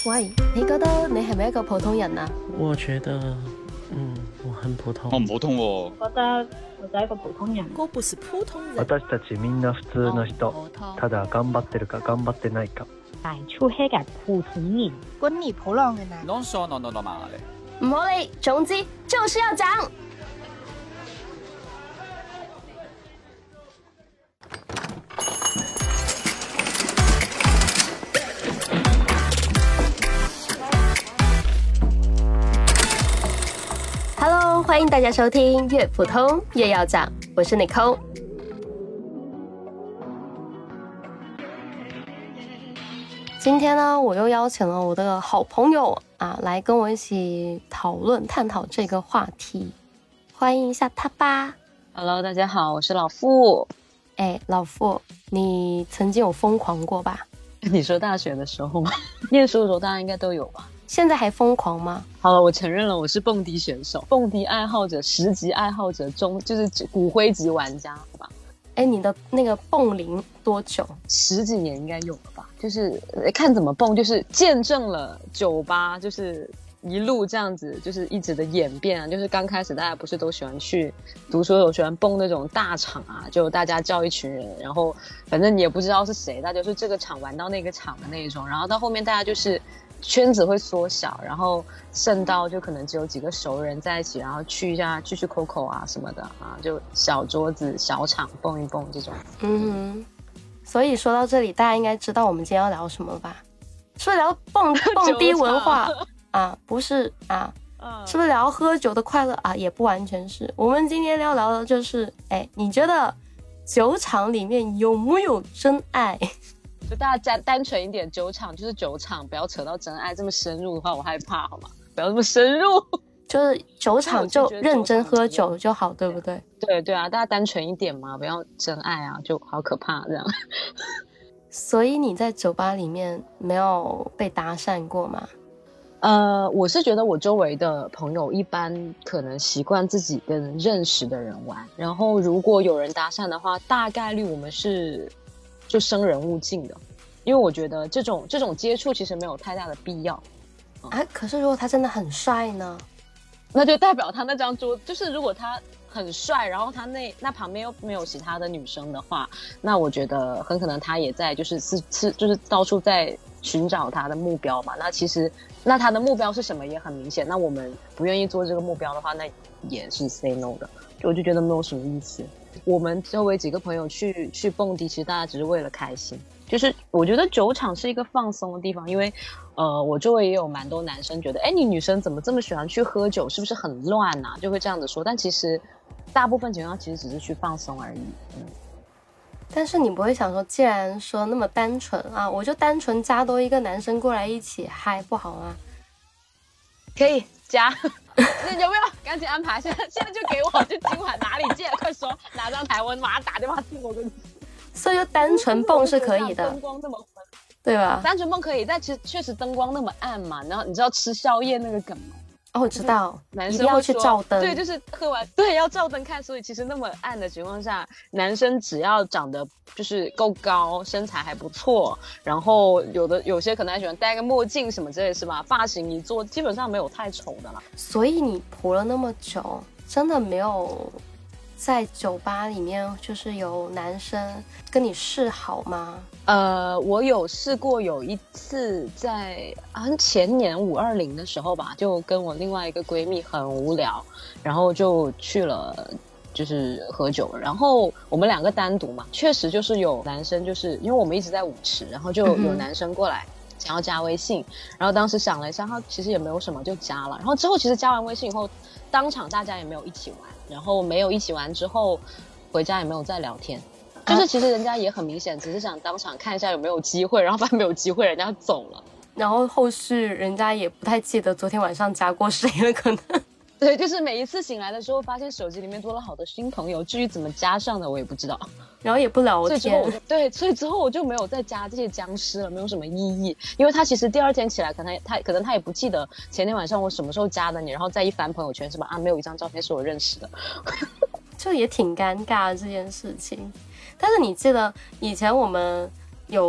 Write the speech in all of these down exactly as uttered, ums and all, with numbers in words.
喂，你覺得你係咪一個普通人啊？ 我覺得，嗯，我很普通。 我唔普通喎。 覺得我就係一個普通人。 我不是普通人。 私たちみんな普通の人。ただ頑張ってるか頑張ってないか。 大出黑嘅普通人。 滾你普通人啊！ Non sono normale。 唔好理，總之就是要講。Hello， 歡迎大家收聽越普通越要講，我是 Nicole。今天呢，我又邀請了我的好朋友啊，來跟我一起討論探討這個話題。歡迎一下他吧。 Hello， 大家好，我是老傅。 哎，老傅，你曾經有瘋狂過吧？ 你說大學的時候嗎？念書的時候大家應該都有吧？ 現在還瘋狂嗎？ 好了，我承認了，我是蹦迪選手，蹦迪愛好者，十級愛好者中，就是骨灰級玩家，好吧？ 哎，你的那個蹦齡多久？ 十幾年應該有了吧？就是看怎麼蹦，就是見證了酒吧，就是一路這樣子，就是一直的演變啊。就是剛開始大家不是都喜歡去讀書，有喜歡蹦那種大場啊，就大家叫一群人，然後反正你也不知道是誰，大家就是這個場玩到那個場的那種，然後到後面大家就是圈子會縮小，然後剩到就可能只有幾個熟人在一起，然後去一下去去 Coco 啊什麼的啊，就小桌子小場蹦一蹦這種。 嗯哼，所以說到這裡，大家應該知道我們今天要聊什麼吧？是不是聊蹦蹦迪文化啊？不是啊，是不是聊喝酒的快樂啊？也不完全是。我們今天要聊的就是，哎，你覺得酒場裡面有沒有真愛？ 就大家單純一點，酒場就是酒場，不要扯到真愛這麼深入的話，我害怕，好嗎？不要這麼深入， 就是酒場就認真喝酒就好，對不對？ 對對啊，大家單純一點嘛，不要真愛啊，就好可怕這樣。 所以你在酒吧裡面沒有被搭訕過嗎？ 呃，我是覺得我周圍的朋友一般可能習慣自己跟認識的人玩，然後如果有人搭訕的話，大概率我們是就生人勿近的，因為我覺得這種這種接觸其實沒有太大的必要。 啊，可是如果他真的很帥呢？ 那就代表他那張桌，就是如果他很帥，然後他那那旁邊又沒有其他的女生的話，那我覺得很可能他也在就是是是就是到處在尋找他的目標嘛。那其實那他的目標是什麼也很明顯，那我們不願意做這個目標的話，那也是 say no 的。我就覺得沒有什麼意思。我們周圍幾個朋友去去蹦迪，其實大家只是為了開心。就是我覺得酒場是一個放鬆的地方，因為呃，我周圍也有蠻多男生覺得，哎，你女生怎麼這麼喜歡去喝酒，是不是很亂啊？就會這樣子說。但其實大部分情況下其實只是去放鬆而已。嗯。 但是你不會想說，既然說那麼單純啊，我就單純加多一個男生過來一起嗨，不好嗎？ 可以加。那有沒有趕緊安排？現在現在就給我，就今晚哪裡見？快說哪張台，我馬上打電話進我跟你。 所以就單純蹦是可以的， 燈光那麼昏， 對吧？ 單純蹦可以，但其實確實燈光那麼暗嘛。然後你知道吃宵夜那個梗嗎？ 哦，我知道， 男生一定要去照燈。 對，就是喝完對要照燈看，所以其實那麼暗的情況下，男生只要長得就是夠高，身材還不錯，然後有的有些可能還喜歡戴個墨鏡什麼之類，是吧？髮型一做，基本上沒有太醜的啦。 所以你蒲了那麼久，真的沒有在酒吧裡面就是有男生跟你示好嗎？ 呃，我有試過有一次在啊前年五二零的時候吧，就跟我另外一個閨蜜很無聊，然後就去了就是喝酒，然後我們兩個單獨嘛，確實就是有男生，就是因為我們一直在舞池，然後就有男生過來想要加微信，然後當時想了一下，他其實也沒有什麼就加了，然後之後其實加完微信以後，當場大家也沒有一起玩，然後沒有一起玩之後回家也沒有再聊天，就是其實人家也很明顯只是想當場看一下有沒有機會，然後發現沒有機會人家走了， 然後後續人家也不太記得昨天晚上加過誰了，可能。 對，就是每一次醒來的時候發現手機裡面多了好多新朋友，至於怎麼加上的我也不知道， 然後也不聊天， 所以之後我就對，所以之後我就沒有再加這些僵屍了，沒有什麼意義，因為他其實第二天起來可能他可能他也不記得前天晚上我什麼時候加的你，然後再一翻朋友圈是吧？啊，沒有一張照片是我認識的， 就也挺尷尬的這件事情。但是你記得以前我們有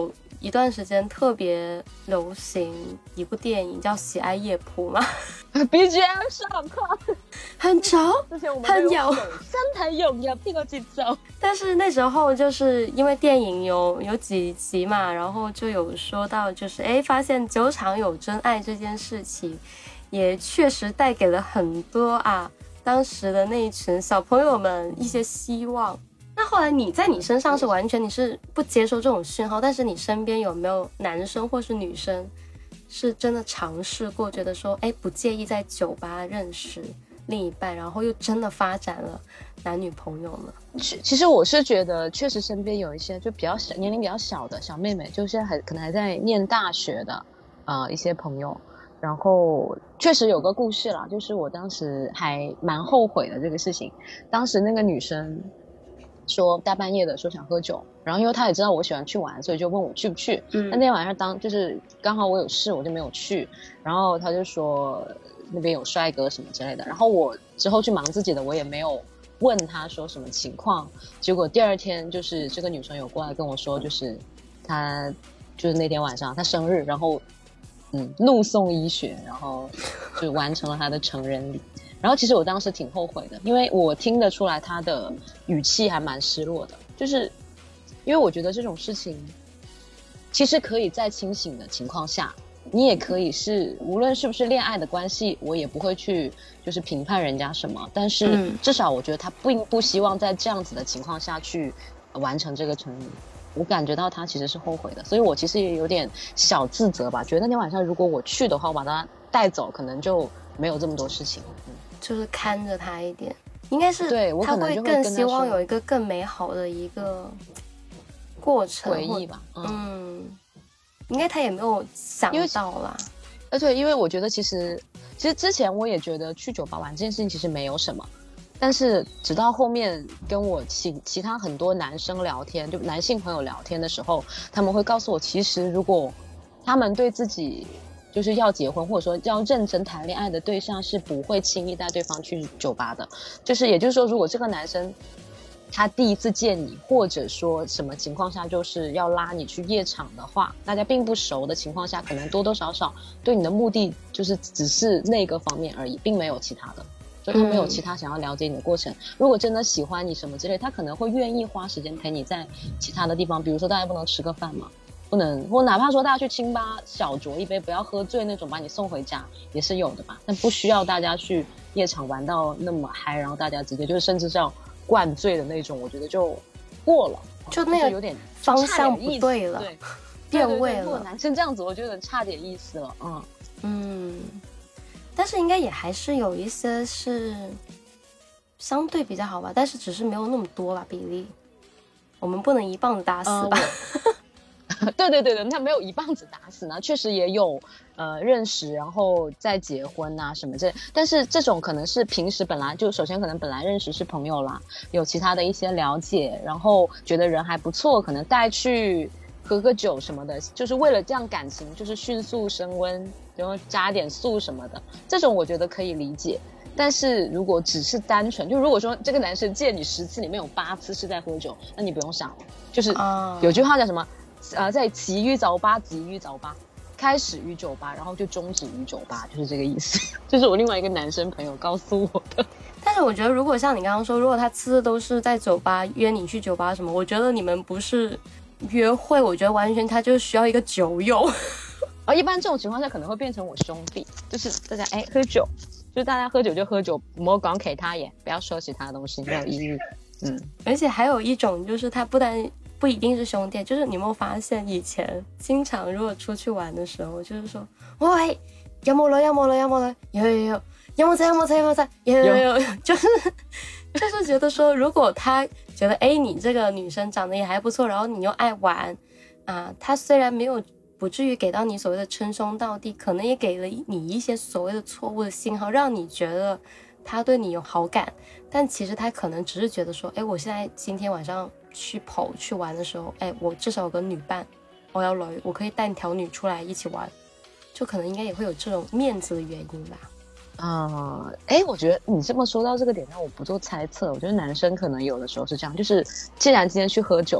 一段时间特别流行一部电影叫《喜爱夜蒲》嘛 ，B G M 上课很潮， 之前我们很有三台有有邊個節奏。 但是那时候就是因为电影有有几集嘛，然后就有说到就是哎，发现酒场有真爱这件事情，也确实带给了很多啊当时的那一群小朋友们一些希望。那后来你在你身上是完全你是不接受这种讯号，但是你身边有没有男生或是女生是真的尝试过，觉得说哎不介意在酒吧认识另一半，然后又真的发展了男女朋友呢？ 其实我是觉得确实身边有一些就比较小年龄比较小的小妹妹，就现在还可能还在念大学的呃一些朋友，然后确实有个故事啦，就是我当时还蛮后悔的这个事情。当时那个女生说大半夜的说想喝酒，然后因为她也知道我喜欢去玩，所以就问我去不去。嗯，那天晚上当就是刚好我有事，我就没有去。然后她就说那边有帅哥什么之类的，然后我之后去忙自己的，我也没有问她说什么情况。结果第二天就是这个女生有过来跟我说，就是她就是那天晚上她生日，然后嗯怒送医学，然后就完成了她的成人礼。然后其实我当时挺后悔的，因为我听得出来他的语气还蛮失落的，就是因为我觉得这种事情其实可以在清醒的情况下，你也可以是无论是不是恋爱的关系，我也不会去就是评判人家什么，但是至少我觉得他并不希望在这样子的情况下去完成这个成人礼。我感觉到他其实是后悔的，所以我其实也有点小自责吧，觉得那天晚上如果我去的话，我把他带走可能就没有这么多事情。嗯， 就是看着他一点，应该是对我可能就会他会更希望有一个更美好的一个过程回忆吧。嗯， 嗯，应该他也没有想到啦。 而且因为我觉得其实其实之前我也觉得去酒吧玩这件事情其实没有什么，但是直到后面跟我其其他很多男生聊天，就男性朋友聊天的时候，他们会告诉我，其实如果他们对自己就是要结婚或者说要认真谈恋爱的对象是不会轻易带对方去酒吧的，就是也就是说，如果这个男生他第一次见你，或者说什么情况下就是要拉你去夜场的话，大家并不熟的情况下，可能多多少少对你的目的就是只是那个方面而已，并没有其他的，就他没有其他想要了解你的过程。嗯，如果真的喜欢你什么之类，他可能会愿意花时间陪你在其他的地方，比如说大家不能吃个饭嘛，不能，或哪怕说大家去清吧小酌一杯，不要喝醉那种，把你送回家也是有的吧，但不需要大家去夜场玩到那么嗨，然后大家直接就是甚至是要灌醉的那种，我觉得就过了， 就那个有点方向不对了， 对， 变味了。 男生这样子我觉得差点意思了。嗯嗯，但是应该也还是有一些是相对比较好吧，但是只是没有那么多吧比例，我们不能一棒子打死吧。 呃对对对对，他没有一棒子打死呢，确实也有呃认识然后再结婚啊什么这，但是这种可能是平时本来就首先可能本来认识是朋友啦，有其他的一些了解，然后觉得人还不错，可能带去喝个酒什么的，就是为了这样感情就是迅速升温，然后加点醋什么的，这种我觉得可以理解。但是如果只是单纯，就如果说这个男生见你十次里面有八次是在喝酒，那你不用想了，就是有句话叫什么呃，在起于酒吧，集于酒吧，开始于酒吧，然后就终止于酒吧，就是这个意思。这是我另外一个男生朋友告诉我的。 但是我觉得，如果像你刚刚说，如果他次次都是在酒吧约你去酒吧什么，我觉得你们不是约会，我觉得完全他就需要一个酒友。 而一般这种情况下可能会变成我兄弟，就是大家哎喝酒，就是大家喝酒就喝酒，莫讲其他嘢，不要说其他东西，没有意义。嗯， 而且还有一种就是他不但不一定是兄弟，就是你有没有发现以前经常如果出去玩的时候，就是说喂有冇女有冇女有冇女有有有有冇仔有冇仔有冇仔有有有，就是就是觉得说，如果他觉得哎你这个女生长得也还不错，然后你又爱玩啊，他虽然没有不至于给到你所谓的称兄道弟，可能也给了你一些所谓的错误的信号，让你觉得他对你有好感，但其实他可能只是觉得说，哎，我现在今天晚上去跑去玩的时候，哎，我至少有个女伴，我要女，我可以带条女出来一起玩，就可能应该也会有这种面子的原因吧。 啊、呃，哎，我觉得你这么说到这个点，让我不做猜测。我觉得男生可能有的时候是这样，就是既然今天去喝酒，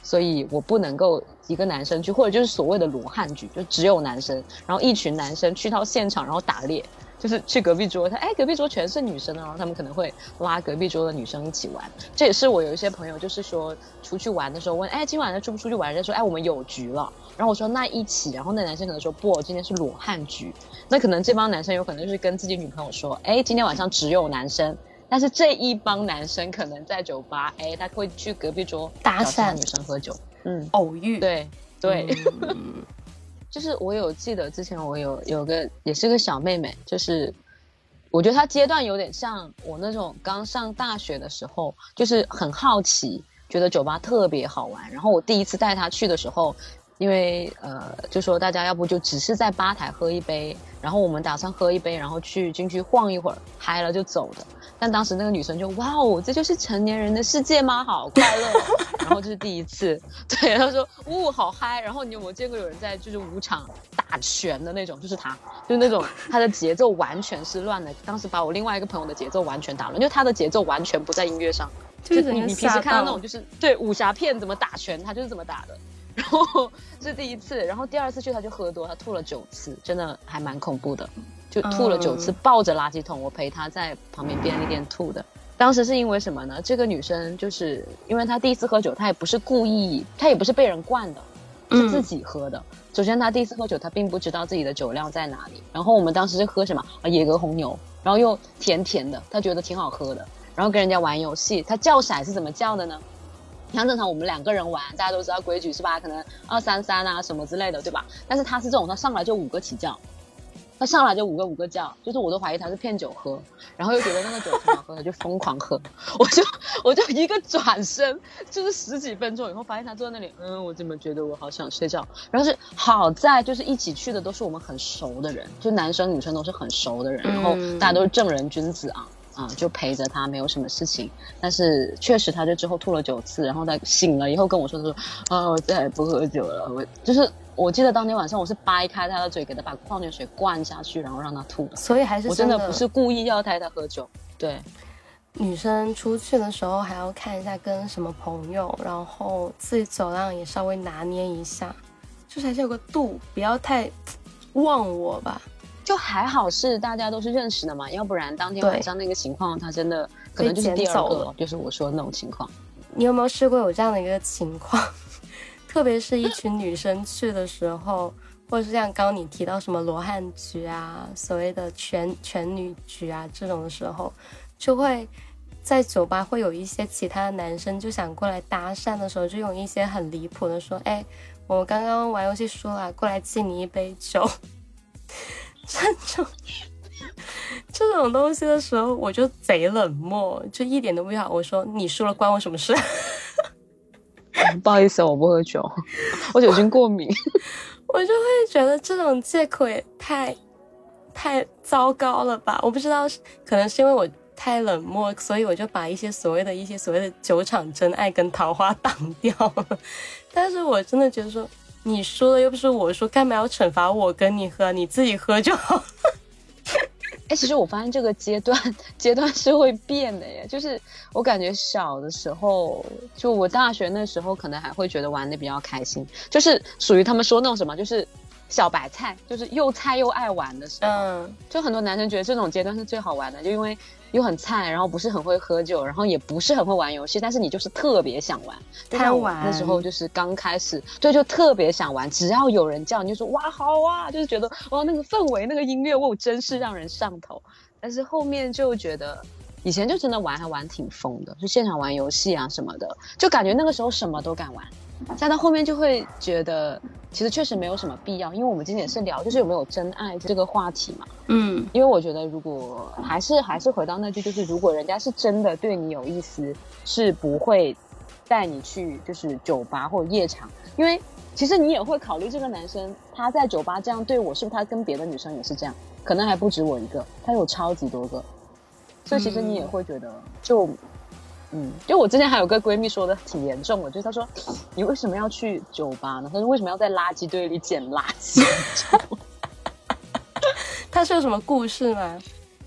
所以我不能够一个男生去，或者就是所谓的罗汉局，就只有男生，然后一群男生去到现场然后打猎，就是去隔壁桌，他哎隔壁桌全是女生，然后他们可能会拉隔壁桌的女生一起玩。这也是我有一些朋友就是说出去玩的时候问，哎今晚上出不出去玩，人家说哎我们有局了，然后我说那一起，然后那男生可能说不，今天是裸汉局，那可能这帮男生有可能就是跟自己女朋友说，哎今天晚上只有男生，但是这一帮男生可能在酒吧，哎他会去隔壁桌搭讪女生喝酒，嗯， 偶遇， 对对。 嗯就是我有记得之前我有有个也是个小妹妹，就是我觉得她阶段有点像我那种刚上大学的时候，就是很好奇，觉得酒吧特别好玩。然后我第一次带她去的时候，因为呃就说大家要不就只是在吧台喝一杯，然后我们打算喝一杯，然后去进去晃一会儿，嗨了就走的。但当时那个女生就哇哦，这就是成年人的世界吗？好快乐、哦！然后这是第一次，对，她说呜好嗨。然后你有没有见过有人在就是舞场打拳的那种？就是她，就是那种她的节奏完全是乱的。当时把我另外一个朋友的节奏完全打乱，就她的节奏完全不在音乐上， 就是你你平时看到那种就是对武侠片怎么打拳，她就是怎么打的。然后这是第一次，然后第二次去她就喝多，她吐了九次，真的还蛮恐怖的。就吐了九次，抱着垃圾桶，我陪她在旁边便利店吐的。当时是因为什么呢？这个女生就是因为她第一次喝酒，她也不是故意，她也不是被人灌的，是自己喝的。嗯、首先她第一次喝酒，她并不知道自己的酒量在哪里。然后我们当时是喝什么啊？野格红牛，然后又甜甜的，她觉得挺好喝的。然后跟人家玩游戏，她叫骰是怎么叫的呢？像正常我们两个人玩，大家都知道规矩是吧？可能二三三啊什么之类的，对吧？但是她是这种，她上来就五个起叫。他上来就五个五个叫，就是我都怀疑他是骗酒喝，然后又觉得那个酒挺好喝的，就疯狂喝。我就我就一个转身，就是十几分钟以后，发现他坐在那里，嗯，我怎么觉得我好想睡觉。然后是好在就是一起去的都是我们很熟的人，就男生女生都是很熟的人，然后大家都是正人君子啊。啊、嗯，就陪着他，没有什么事情。但是确实，他就之后吐了九次，然后他醒了以后跟我说：“他说啊，我再也不喝酒了。”我就是我记得当天晚上我是掰开他的嘴，给他把矿泉水灌下去，然后让他吐的。 所以还是我真的不是故意要带他喝酒。对， 女生出去的时候还要看一下跟什么朋友，然后自己酒量也稍微拿捏一下，就是还是有个度，不要太忘我吧。 就还好是大家都是认识的嘛，要不然当天晚上那个情况，他真的可能就是第二个，就是我说的那种情况。 你有没有试过有这样的一个情况？特别是一群女生去的时候，或者是像刚刚你提到什么罗汉局啊，所谓的全全女局啊这种的时候，就会在酒吧会有一些其他的男生就想过来搭讪的时候，就用一些很离谱的说：“哎，我刚刚玩游戏输了，过来敬你一杯酒。”这种这种东西的时候，我就贼冷漠，就一点都不要。我说你输了关我什么事？ 不好意思，我不喝酒，我酒精过敏。 我就会觉得这种借口也太太糟糕了吧？我不知道，可能是因为我太冷漠，所以我就把一些所谓的一些所谓的酒场真爱跟桃花挡掉了。但是我真的觉得说，你输了又不是我输，干嘛要惩罚我跟你喝？你自己喝就好。 哎、欸，其实我发现这个阶段阶段是会变的耶。就是我感觉小的时候，就我大学那时候，可能还会觉得玩的比较开心，就是属于他们说那种什么，就是小白菜，就是又菜又爱玩的时候。嗯，就很多男生觉得这种阶段是最好玩的，就因为又很菜，然后不是很会喝酒，然后也不是很会玩游戏，但是你就是特别想玩。 贪玩。 那时候就是刚开始，对，就特别想玩，只要有人叫你就说哇好啊，就是觉得哇那个氛围那个音乐哇真是让人上头。但是后面就觉得以前就真的玩还玩挺疯的，就现场玩游戏啊什么的，就感觉那个时候什么都敢玩。再到后面就会觉得其实确实没有什么必要，因为我们今天也是聊就是有没有真爱这个话题嘛。嗯，因为我觉得如果还是还是回到那句，就是如果人家是真的对你有意思，是不会带你去就是酒吧或者夜场，因为其实你也会考虑这个男生他在酒吧这样对我，是不是他跟别的女生也是这样，可能还不止我一个，他有超级多个，所以其实你也会觉得就嗯，就我之前还有个闺蜜说的挺严重的，就是她说你为什么要去酒吧呢？她说为什么要在垃圾堆里捡垃圾？ 她是有什么故事吗？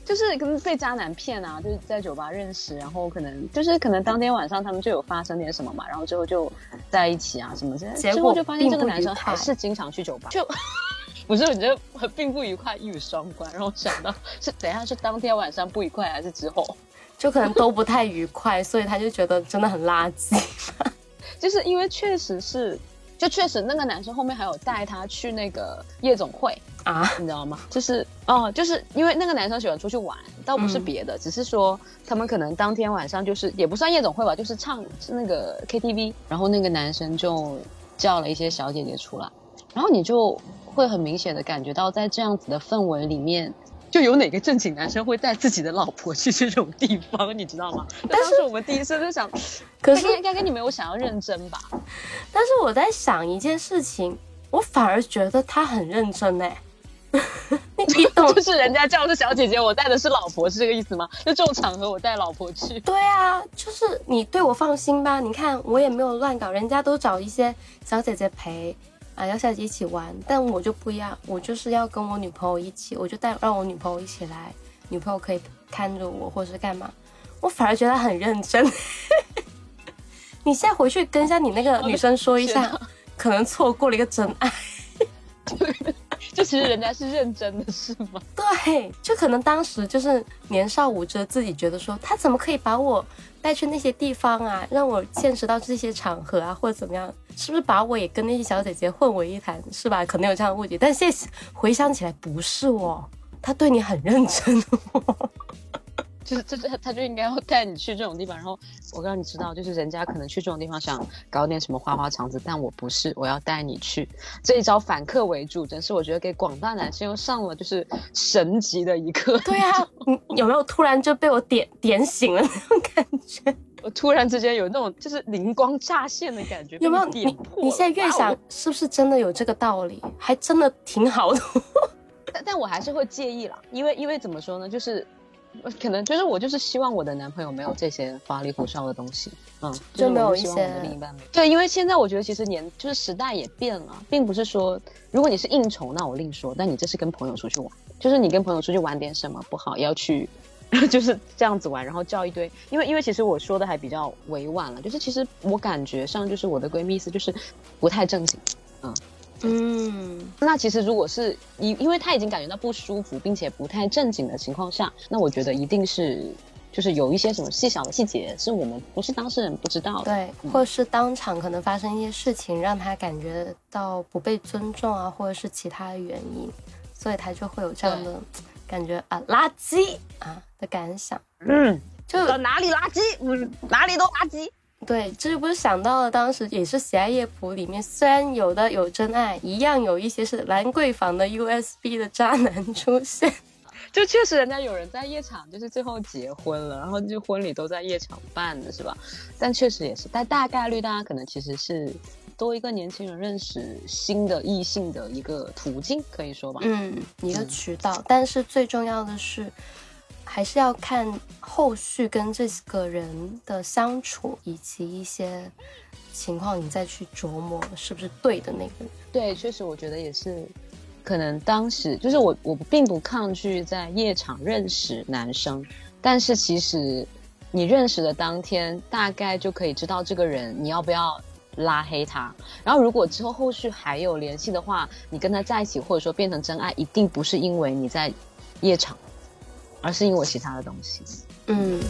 就是可能被渣男骗啊，就是在酒吧认识，然后可能就是可能当天晚上他们就有发生点什么嘛，然后之后就在一起啊什么之类的， 结果之后就发现这个男生还是经常去酒吧，就不是我觉得并不愉快，一语双关，让我想到是等一下是当天晚上不愉快还是之后， 就可能都不太愉快，所以他就觉得真的很垃圾。 就是因为确实是。就确实那个男生后面还有带他去那个夜总会啊， 你知道吗？就是哦，就是因为那个男生喜欢出去玩，倒不是别的，嗯、只是说他们可能当天晚上就是也不算夜总会吧，就是唱是那个 K T V， 然后那个男生就叫了一些小姐姐出来，然后你就会很明显的感觉到在这样子的氛围里面。就有哪个正经男生会带自己的老婆去这种地方，你知道吗？但是我们第一次就想，可是应该跟你没有想要认真吧？ 但是我在想一件事情，我反而觉得他很认真哎、欸。你懂？ 就是人家叫是小姐姐，我带的是老婆，是这个意思吗？就这种场合我带老婆去。 对啊，就是你对我放心吧。你看我也没有乱搞，人家都找一些小姐姐陪。啊，要下集一起玩，但我就不一样，我就是要跟我女朋友一起，我就带让我女朋友一起来，女朋友可以看着我或是干嘛，我反而觉得很认真。你现在回去跟一下你那个女生说一下，可能错过了一个真爱。 就其实人家是认真的，是吗？ 对，就可能当时就是年少无知，自己觉得说他怎么可以把我带去那些地方啊，让我见识到这些场合啊，或者怎么样，是不是把我也跟那些小姐姐混为一谈，是吧？可能有这样的误解，但现在回想起来不是哦，他对你很认真哦。 就是这这他就应该要带你去这种地方，然后我让你知道，就是人家可能去这种地方想搞点什么花花肠子，但我不是，我要带你去。这一招反客为主，真是我觉得给广大男生又上了就是神级的一课。 对啊，你有没有突然就被我点点醒了那种感觉？ 我突然之间有那种就是灵光乍现的感觉， 有没有？ 你你现在越想，是不是真的有这个道理？还真的挺好的。 但但我还是会介意啦，因为因为怎么说呢，就是。可能就是我就是希望我的男朋友没有这些花里胡哨的东西，嗯， 就没有一些、 就是、我的另一半没有。对，因为现在我觉得其实年就是时代也变了，并不是说如果你是应酬那我另说，但你这是跟朋友出去玩，就是你跟朋友出去玩点什么不好要去，就是这样子玩，然后叫一堆，因为因为其实我说的还比较委婉了，就是其实我感觉上就是我的闺蜜意思就是不太正经，嗯。 嗯， 那其实如果是因因为他已经感觉到不舒服，并且不太正经的情况下，那我觉得一定是就是有一些什么细小的细节是我们不是当事人不知道的， 对，嗯、或是当场可能发生一些事情，让他感觉到不被尊重啊，或者是其他的原因，所以他就会有这样的感觉啊，垃圾啊的感想。 嗯， 就哪里垃圾，嗯，哪里都垃圾。 对，这就不是想到了当时也是《喜爱夜谱》里面，虽然有的有真爱，一样有一些是兰桂坊的 U S B 的渣男出现。 就确实人家有人在夜场就是最后结婚了，然后就婚礼都在夜场办的是吧？但确实也是，但大概率大家可能其实是多一个年轻人认识新的异性的一个途径，可以说吧。 嗯，一个渠道、嗯、但是最重要的是还是要看后续跟这个人的相处以及一些情况，你再去琢磨是不是对的那个人。 对，确实我觉得也是，可能当时就是我我并不抗拒在夜场认识男生，但是其实你认识的当天大概就可以知道这个人你要不要拉黑他，然后如果之后后续还有联系的话，你跟他在一起或者说变成真爱，一定不是因为你在夜场，而是因为其他的东西。 嗯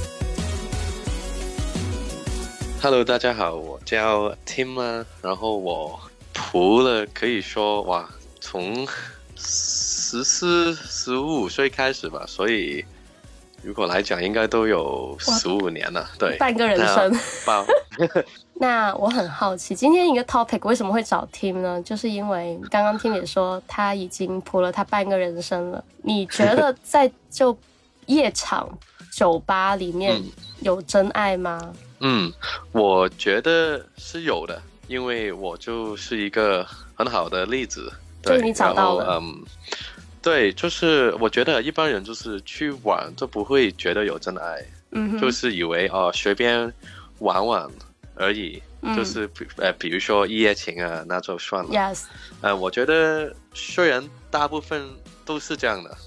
Hello 大家好，我叫 Tim 啊，然后我蒲了可以说哇从十四十五岁开始吧，所以如果来讲应该都有十五年了，对， 半个人生。 那, 那我很好奇，今天一个 topic 为什么会找 Tim 呢？就是因为刚刚 Tim 也说他已经蒲了他半个人生了。你觉得在就夜场酒吧里面有真爱吗？ 嗯，我觉得是有的，因为我就是一个很好的例子。对， 就你找到了。 嗯，对，就是我觉得一般人就是去玩就不会觉得有真爱， 嗯， 就是以为哦随便玩玩而已，嗯、就是呃比如说一夜情啊，那就算了。 Yes， 呃，我觉得虽然大部分都是这样的，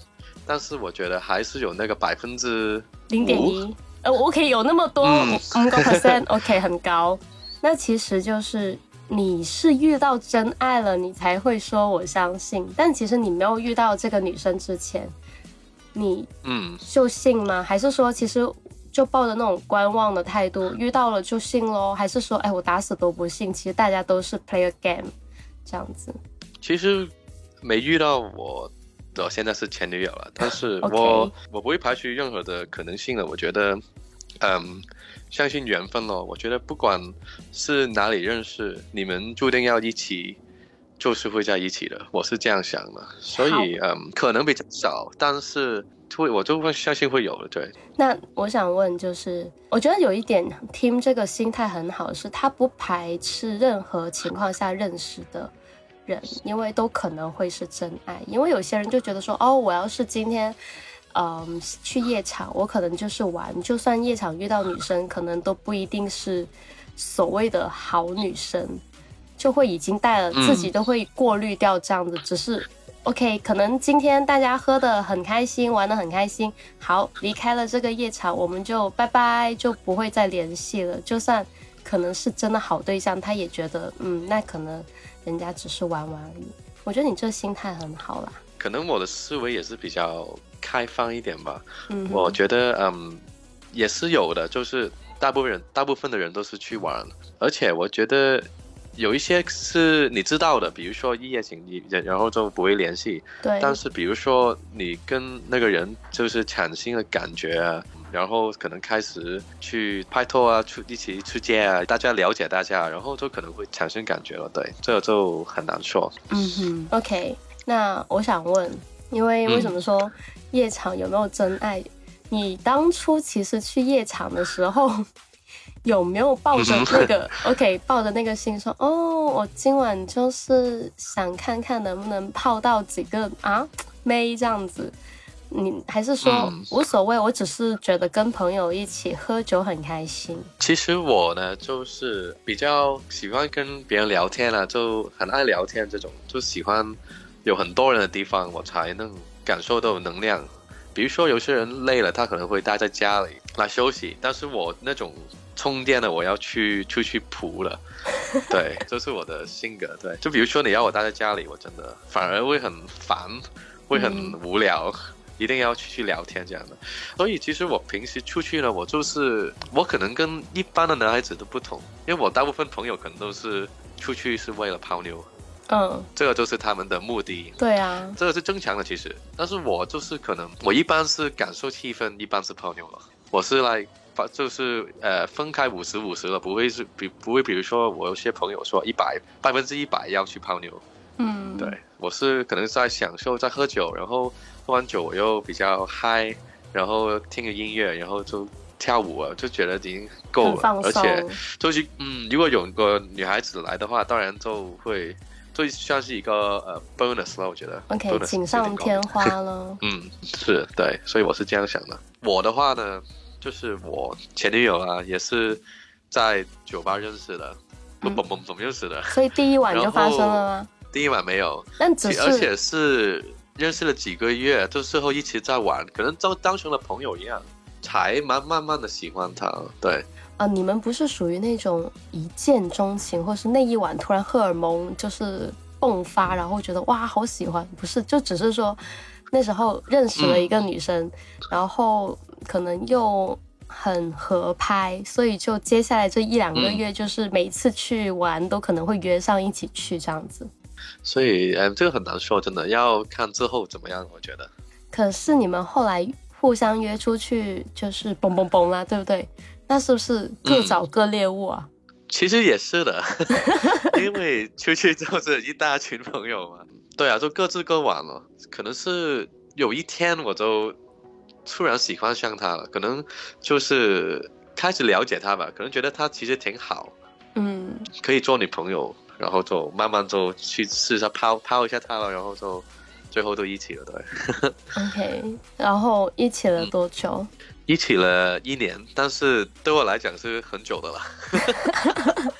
但是我觉得还是有那个百分之零点一，呃，我可以有那么多五个 percent，OK， 很高。那其实就是你是遇到真爱了，你才会说我相信。但其实你没有遇到这个女生之前，你嗯就信吗？还是说其实就抱着那种观望的态度，遇到了就信咯？还是说，哎，我打死都不信？其实大家都是 play a game 这样子。 其实没遇到我。我现在是前女友了，但是我、 okay. 我不会排除任何的可能性的。我觉得，嗯，相信缘分咯。我觉得不管是哪里认识，你们注定要一起，就是会在一起的。我是这样想的，所以嗯，可能比较少，但是会我就会相信会有的。对。 那我想问，就是我觉得有一点 Tim 这个心态很好，是他不排斥任何情况下认识的人，因为都可能会是真爱。因为有些人就觉得说，哦，我要是今天嗯去夜场，我可能就是玩，就算夜场遇到女生，可能都不一定是所谓的好女生，就会已经带了自己都会过滤掉这样子、嗯、只是 OK， 可能今天大家喝得很开心，玩得很开心，好，离开了这个夜场，我们就拜拜，就不会再联系了。就算可能是真的好对象，他也觉得嗯，那可能人家只是玩玩而已。我觉得你这心态很好啦。 可能我的思维也是比较开放一点吧。 嗯， 我觉得嗯也是有的，就是大部分人大部分的人都是去玩，而且我觉得有一些是你知道的，比如说一夜情，你然后就不会联系。 对。 但是比如说你跟那个人就是产生了感觉啊，然后可能开始去拍拖啊，出一起出街啊，大家了解大家，然后就可能会产生感觉了。对，这个就很难说。 嗯哼 ，OK。那我想问，因为为什么说夜场有没有真爱？嗯、你当初其实去夜场的时候，有没有抱着那个、嗯、OK， 抱着那个心说，哦，我今晚就是想看看能不能泡到几个啊妹这样子？你还是说、嗯、无所谓，我只是觉得跟朋友一起喝酒很开心。 其实我呢，就是比较喜欢跟别人聊天啊，就很爱聊天这种，就喜欢有很多人的地方，我才能感受到能量。比如说有些人累了，他可能会待在家里来休息，但是我那种充电的，我要去出去蒲了。对，这是我的性格。对，就比如说你要我待在家里，我真的反而会很烦，会很无聊。嗯，一定要去去聊天这样的。所以其实我平时出去呢，我就是我可能跟一般的男孩子都不同，因为我大部分朋友可能都是出去是为了泡妞。 嗯， 这个就是他们的目的。 对啊， 这个是正常的其实。但是我就是可能我一般是感受气氛，一般是泡妞了。我是来就是呃分开五十五十了，不会是比不会比如说我有些朋友说一百百分之一百要去泡妞。 嗯， 对，我是可能在享受，在喝酒，然后喝完酒我又比较嗨，然后听个音乐，然后就跳舞啊，就觉得已经够了。而且就是嗯，如果有个女孩子来的话，当然就会就像是一个呃 bonus 了，我觉得。 OK， 锦上添花了。 嗯，是对，所以我是这样想的。我的话呢，就是我前女友啊，也是在酒吧认识的，不不不怎么认识的。 所以第一晚就发生了吗？ 第一晚没有， 但只是而且是认识了几个月，就事后一起在玩，可能就当成了朋友一样，才慢慢慢的喜欢他。对啊，你们不是属于那种一见钟情，或是那一晚突然荷尔蒙就是迸发，然后觉得哇好喜欢，不是，就只是说那时候认识了一个女生，嗯、然后可能又很合拍，所以就接下来这一两个月，就是每次去玩都可能会约上一起去这样子。 所以，嗯，这个很难说，真的要看之后怎么样，我觉得。 可是你们后来互相约出去，就是蹦蹦蹦啦，对不对？那是不是各找各猎物啊？ 嗯、其实也是的，因为出去就是一大群朋友嘛。对啊，就各自各玩了。可能是有一天我就突然喜欢上他了，可能就是开始了解他吧，可能觉得他其实挺好， 嗯， 可以做女朋友。然后就慢慢就去试一下泡泡一下他了，然后就最后都一起了，对。 OK， 然后一起了多久？ 嗯、一起了一年，但是对我来讲是很久的了。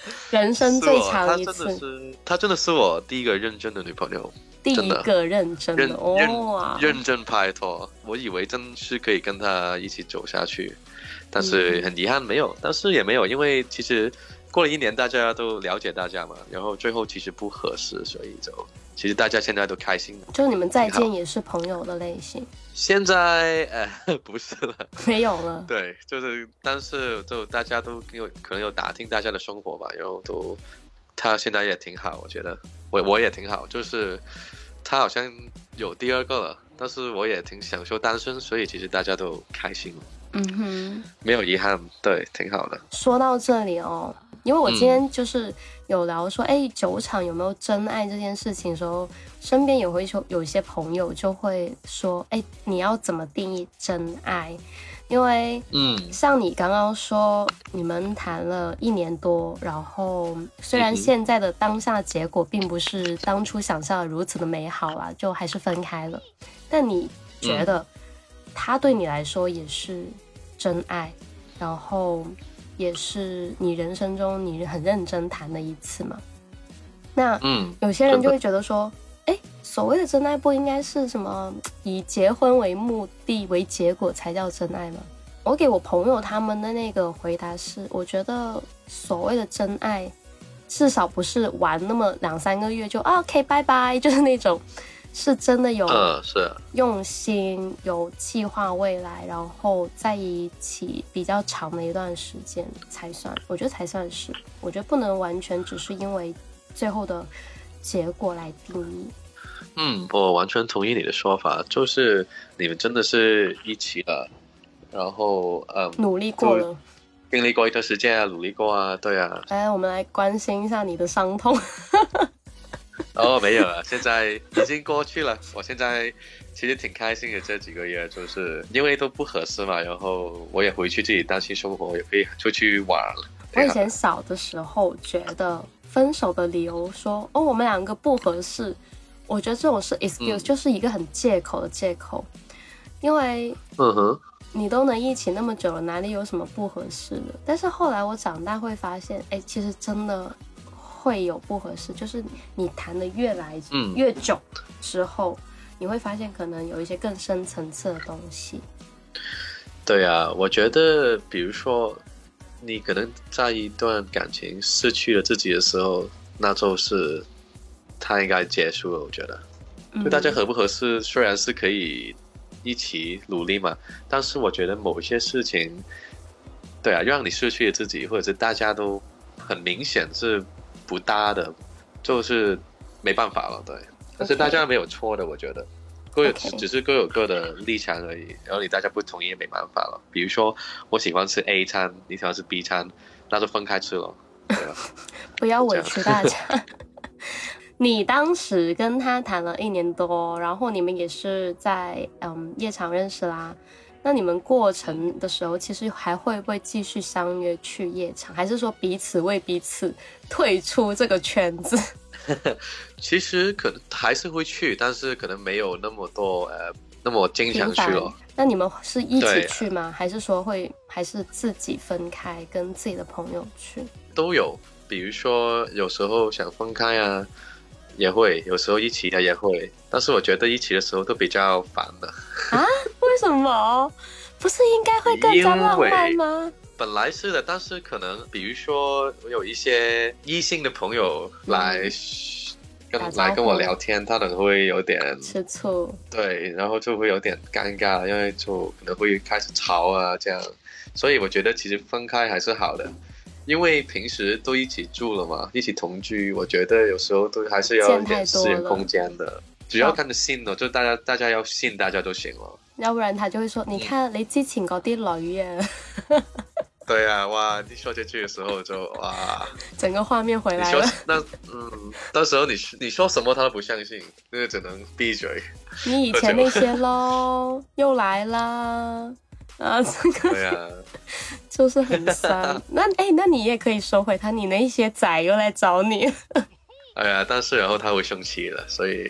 人生最长一次。 次， 她真的是，她真的是我第一个认真的女朋友。 第一个认真的， 认哦、 认认真拍拖，我以为真是可以跟他一起走下去，但是很遗憾没有，但是也没有，因为其实过了一年，大家都了解大家嘛，然后最后其实不合适，所以就其实大家现在都开心了。 就你们再见也是朋友的类型？ 现在呃不是了， 没有了。 对，就是但是就大家都有可能有打听大家的生活吧，然后都他现在也挺好，我觉得我我也挺好，就是他好像有第二个了，但是我也挺享受单身，所以其实大家都开心了。 嗯哼， 没有遗憾，对，挺好的。 说到这里哦，因为我今天就是有聊说，哎、嗯，酒场有没有真爱这件事情的时候，身边也会有有一些朋友就会说，哎，你要怎么定义真爱？因为，嗯，像你刚刚说，你们谈了一年多，然后虽然现在的当下的结果并不是当初想象的如此的美好啦，就还是分开了，但你觉得他对你来说也是真爱，然后也是你人生中你很认真谈的一次嘛？那有些人就会觉得说，哎，所谓的真爱不应该是什么以结婚为目的为结果才叫真爱吗？我给我朋友他们的那个回答是，我觉得所谓的真爱至少不是玩那么两三个月就啊 OK 拜拜，就是那种是真的有用心有计划未来，然后在一起比较长的一段时间才算，我觉得才算是，我觉得不能完全只是因为最后的结果来定义。 嗯，我完全同意你的说法，就是你们真的是一起了，然后嗯， 努力过了， 经历过一段时间啊，努力过啊，对啊。 来，我们来关心一下你的伤痛。 哦，没有了，现在已经过去了。我现在其实挺开心的，这几个月就是因为都不合适嘛，然后我也回去自己单亲生活，也可以出去玩了。 我以前小的时候觉得分手的理由说哦我们两个不合适，我觉得这种是 excuse、嗯、就是一个很借口的借口，因为嗯哼，你都能一起那么久了，哪里有什么不合适的？但是后来我长大会发现，哎，其实真的会有不合适，就是你谈的越来越久之后、嗯、你会发现可能有一些更深层次的东西。 对啊，我觉得比如说你可能在一段感情失去了自己的时候，那就是他应该结束了。我觉得就大家合不合适虽然是可以一起努力嘛，但是我觉得某些事情对啊，让你失去了自己，或者是大家都很明显是不搭的，就是没办法了。对，但是大家没有错的，我觉得各有、okay. 只是各有各的立场而已，然后你大家不同意也没办法了。比如说我喜欢吃 A 餐，你喜欢吃 B 餐，那就分开吃了，对吧？ 不要委屈大家。你当时跟他谈了一年多，然后你们也是在嗯夜场认识啦，那你们过程的时候其实还会不会继续相约去夜场，还是说彼此为彼此退出这个圈子？ 其实可能还是会去，但是可能没有那么多呃那么经常去了。那你们是一起去吗？还是说会还是自己分开跟自己的朋友去？ 都有，比如说有时候想分开啊也会，有时候一起啊也会，但是我觉得一起的时候都比较烦的。 啊？为什么？不是应该会更加浪漫吗？ 本来是的，但是可能比如说我有一些异性的朋友来、嗯、跟来跟我聊天，他可能会有点吃醋， 对，然后就会有点尴尬，因为就可能会开始吵啊这样，所以我觉得其实分开还是好的，因为平时都一起住了嘛，一起同居，我觉得有时候都还是要一点私人空间的，主要看着信了，就大家大家要信大家就行了，要不然他就会說、嗯、你看你之前嗰啲女啊对啊，哇！你说这句的时候就哇， 整个画面回来了。 那嗯，到时候你你说什么他都不相信，那个只能闭嘴。 你以前那些咯，又来啦啊！这个对啊， 就是很酸。那哎，那你也可以收回他，你那些仔又来找你。 哎呀，但是然后他会生气了，所以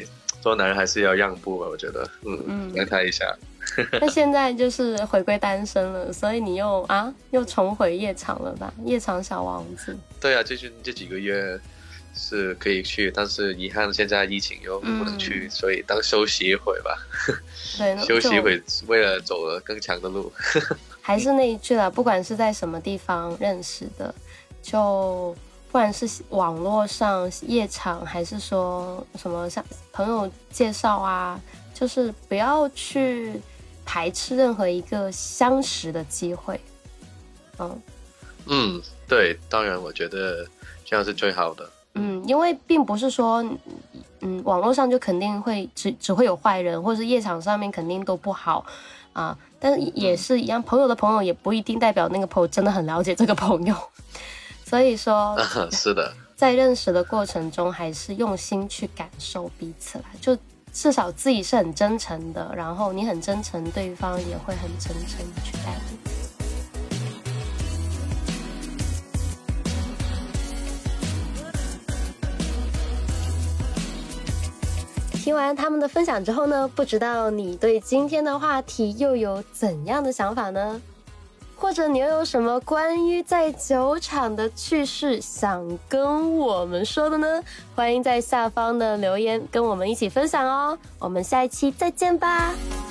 做男人还是要让步吧，我觉得，嗯，让他一下。 那现在就是回归单身了，所以你又啊又重回夜场了吧？夜场小王子。 对啊，最近这几个月是可以去，但是遗憾现在疫情又不能去，嗯、所以当休息一会吧。 对， 休息一会，为了走了更长的路。 还是那一句啦，不管是在什么地方认识的，就不管是网络上夜场，还是说什么像朋友介绍啊，就是不要去排斥任何一个相识的机会。嗯嗯，对，当然我觉得这样是最好的。 嗯，因为并不是说，嗯，网络上就肯定会只只会有坏人，或者是夜场上面肯定都不好啊。但是也是一样，朋友的朋友也不一定代表那个朋友真的很了解这个朋友。所以说， 啊、是的， 在认识的过程中，还是用心去感受彼此啦。就至少自己是很真诚的，然后你很真诚，对方也会很真诚地去待你。听完他们的分享之后呢，不知道你对今天的话题又有怎样的想法呢？或者你又有什么关于在酒场的趣事想跟我们说的呢？欢迎在下方的留言跟我们一起分享哦。我们下一期再见吧。